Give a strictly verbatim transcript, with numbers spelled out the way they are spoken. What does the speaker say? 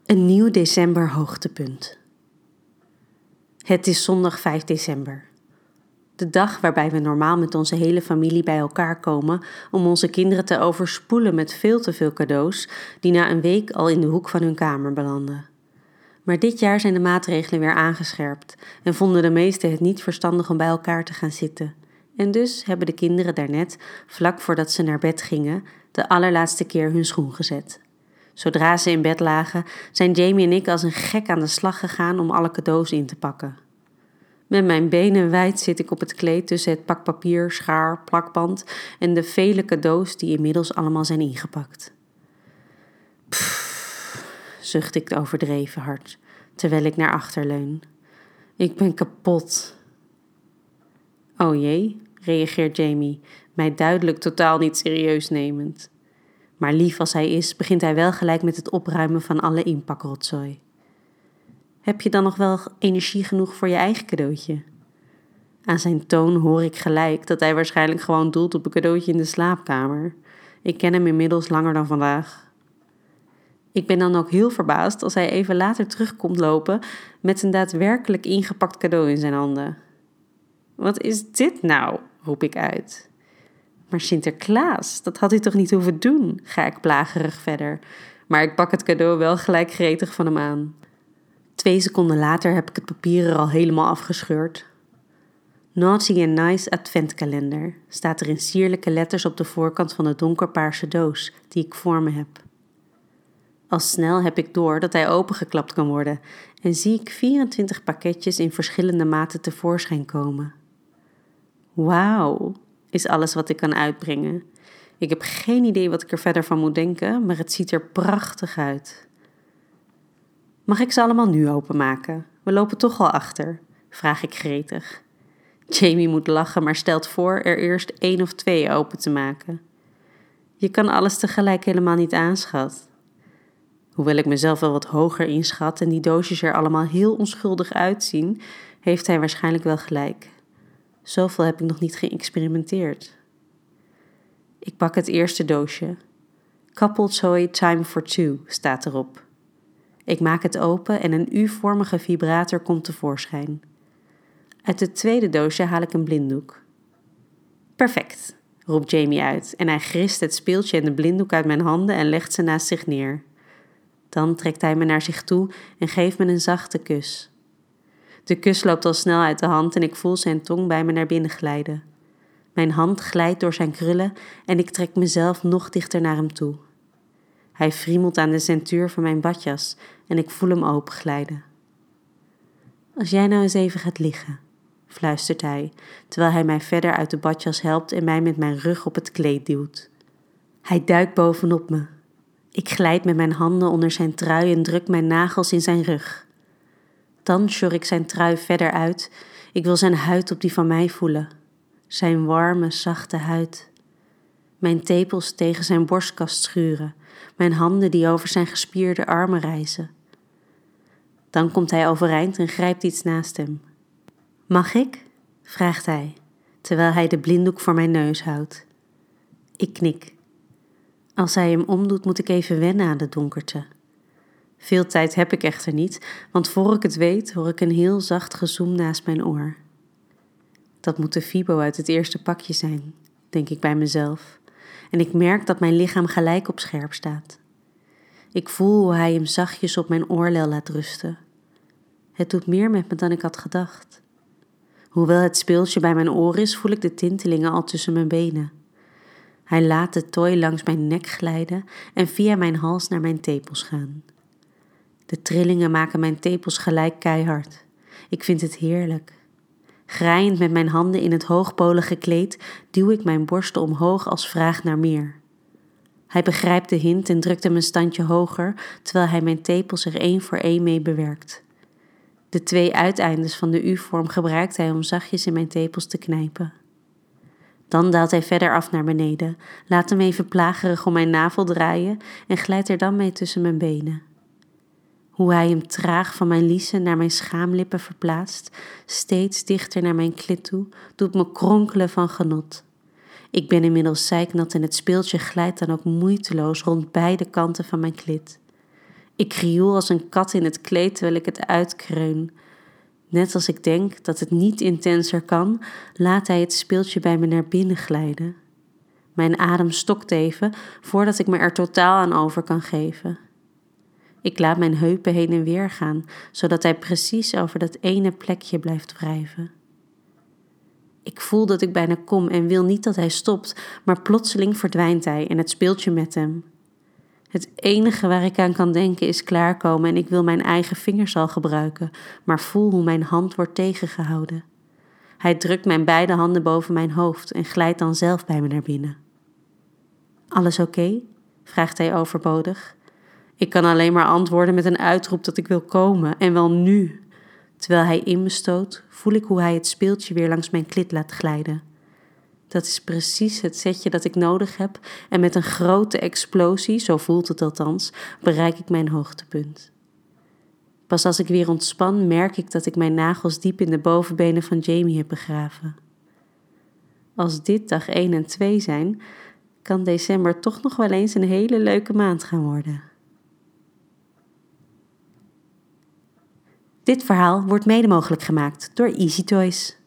Een nieuw december hoogtepunt. Het is zondag vijf december. De dag waarbij we normaal met onze hele familie bij elkaar komen om onze kinderen te overspoelen met veel te veel cadeaus die na een week al in de hoek van hun kamer belanden. Maar dit jaar zijn de maatregelen weer aangescherpt en vonden de meesten het niet verstandig om bij elkaar te gaan zitten. En dus hebben de kinderen daarnet, vlak voordat ze naar bed gingen, de allerlaatste keer hun schoen gezet. Zodra ze in bed lagen, zijn Jamie en ik als een gek aan de slag gegaan om alle cadeaus in te pakken. Met mijn benen wijd zit ik op het kleed tussen het pak papier, schaar, plakband en de vele cadeaus die inmiddels allemaal zijn ingepakt. Pff, zucht ik overdreven hard, terwijl ik naar achter leun. Ik ben kapot. Oh jee, reageert Jamie, mij duidelijk totaal niet serieus nemend. Maar lief als hij is, begint hij wel gelijk met het opruimen van alle inpakrotzooi. Heb je dan nog wel energie genoeg voor je eigen cadeautje? Aan zijn toon hoor ik gelijk dat hij waarschijnlijk gewoon doelt op een cadeautje in de slaapkamer. Ik ken hem inmiddels langer dan vandaag. Ik ben dan ook heel verbaasd als hij even later terugkomt lopen met een daadwerkelijk ingepakt cadeau in zijn handen. Wat is dit nou? Roep ik uit. Maar Sinterklaas, dat had hij toch niet hoeven doen, ga ik plagerig verder. Maar ik pak het cadeau wel gelijk gretig van hem aan. Twee seconden later heb ik het papier er al helemaal afgescheurd. Naughty and Nice adventkalender staat er in sierlijke letters op de voorkant van de donkerpaarse doos die ik voor me heb. Al snel heb ik door dat hij opengeklapt kan worden en zie ik vierentwintig pakketjes in verschillende maten tevoorschijn komen. Wauw, is alles wat ik kan uitbrengen. Ik heb geen idee wat ik er verder van moet denken, maar het ziet er prachtig uit. Mag ik ze allemaal nu openmaken? We lopen toch al achter, vraag ik gretig. Jamie moet lachen, maar stelt voor er eerst één of twee open te maken. Je kan alles tegelijk helemaal niet aanschat. Hoewel ik mezelf wel wat hoger inschat en die doosjes er allemaal heel onschuldig uitzien, heeft hij waarschijnlijk wel gelijk. Zoveel heb ik nog niet geëxperimenteerd. Ik pak het eerste doosje. Couple Toy Time for Two staat erop. Ik maak het open en een U-vormige vibrator komt tevoorschijn. Uit het tweede doosje haal ik een blinddoek. Perfect, roept Jamie uit en hij grist het speeltje en de blinddoek uit mijn handen en legt ze naast zich neer. Dan trekt hij me naar zich toe en geeft me een zachte kus. De kus loopt al snel uit de hand en ik voel zijn tong bij me naar binnen glijden. Mijn hand glijdt door zijn krullen en ik trek mezelf nog dichter naar hem toe. Hij friemelt aan de ceintuur van mijn badjas en ik voel hem openglijden. Als jij nou eens even gaat liggen, fluistert hij, terwijl hij mij verder uit de badjas helpt en mij met mijn rug op het kleed duwt. Hij duikt bovenop me. Ik glijd met mijn handen onder zijn trui en druk mijn nagels in zijn rug. Dan sjor ik zijn trui verder uit. Ik wil zijn huid op die van mij voelen. Zijn warme, zachte huid. Mijn tepels tegen zijn borstkast schuren. Mijn handen die over zijn gespierde armen rijzen. Dan komt hij overeind en grijpt iets naast hem. Mag ik? Vraagt hij, terwijl hij de blinddoek voor mijn neus houdt. Ik knik. Als hij hem omdoet, moet ik even wennen aan de donkerte. Veel tijd heb ik echter niet, want voor ik het weet hoor ik een heel zacht gezoem naast mijn oor. Dat moet de Fibo uit het eerste pakje zijn, denk ik bij mezelf. En ik merk dat mijn lichaam gelijk op scherp staat. Ik voel hoe hij hem zachtjes op mijn oorlel laat rusten. Het doet meer met me dan ik had gedacht. Hoewel het speeltje bij mijn oor is, voel ik de tintelingen al tussen mijn benen. Hij laat de toy langs mijn nek glijden en via mijn hals naar mijn tepels gaan. De trillingen maken mijn tepels gelijk keihard. Ik vind het heerlijk. Graaiend met mijn handen in het hoogpolige kleed duw ik mijn borsten omhoog als vraag naar meer. Hij begrijpt de hint en drukt hem een standje hoger, terwijl hij mijn tepels er één voor één mee bewerkt. De twee uiteindes van de U-vorm gebruikt hij om zachtjes in mijn tepels te knijpen. Dan daalt hij verder af naar beneden, laat hem even plagerig om mijn navel draaien en glijdt er dan mee tussen mijn benen. Hoe hij hem traag van mijn liezen naar mijn schaamlippen verplaatst, steeds dichter naar mijn klit toe, doet me kronkelen van genot. Ik ben inmiddels zeiknat en het speeltje glijdt dan ook moeiteloos rond beide kanten van mijn klit. Ik krioel als een kat in het kleed terwijl ik het uitkreun. Net als ik denk dat het niet intenser kan, laat hij het speeltje bij me naar binnen glijden. Mijn adem stokt even voordat ik me er totaal aan over kan geven. Ik laat mijn heupen heen en weer gaan, zodat hij precies over dat ene plekje blijft wrijven. Ik voel dat ik bijna kom en wil niet dat hij stopt, maar plotseling verdwijnt hij en het speeltje met hem. Het enige waar ik aan kan denken is klaarkomen en ik wil mijn eigen vingers al gebruiken, maar voel hoe mijn hand wordt tegengehouden. Hij drukt mijn beide handen boven mijn hoofd en glijdt dan zelf bij me naar binnen. Alles oké? Okay? Vraagt hij overbodig. Ik kan alleen maar antwoorden met een uitroep dat ik wil komen, en wel nu. Terwijl hij in me stoot, voel ik hoe hij het speeltje weer langs mijn klit laat glijden. Dat is precies het setje dat ik nodig heb en met een grote explosie, zo voelt het althans, bereik ik mijn hoogtepunt. Pas als ik weer ontspan, merk ik dat ik mijn nagels diep in de bovenbenen van Jamie heb begraven. Als dit dag één en twee zijn, kan december toch nog wel eens een hele leuke maand gaan worden. Dit verhaal wordt mede mogelijk gemaakt door Easy Toys.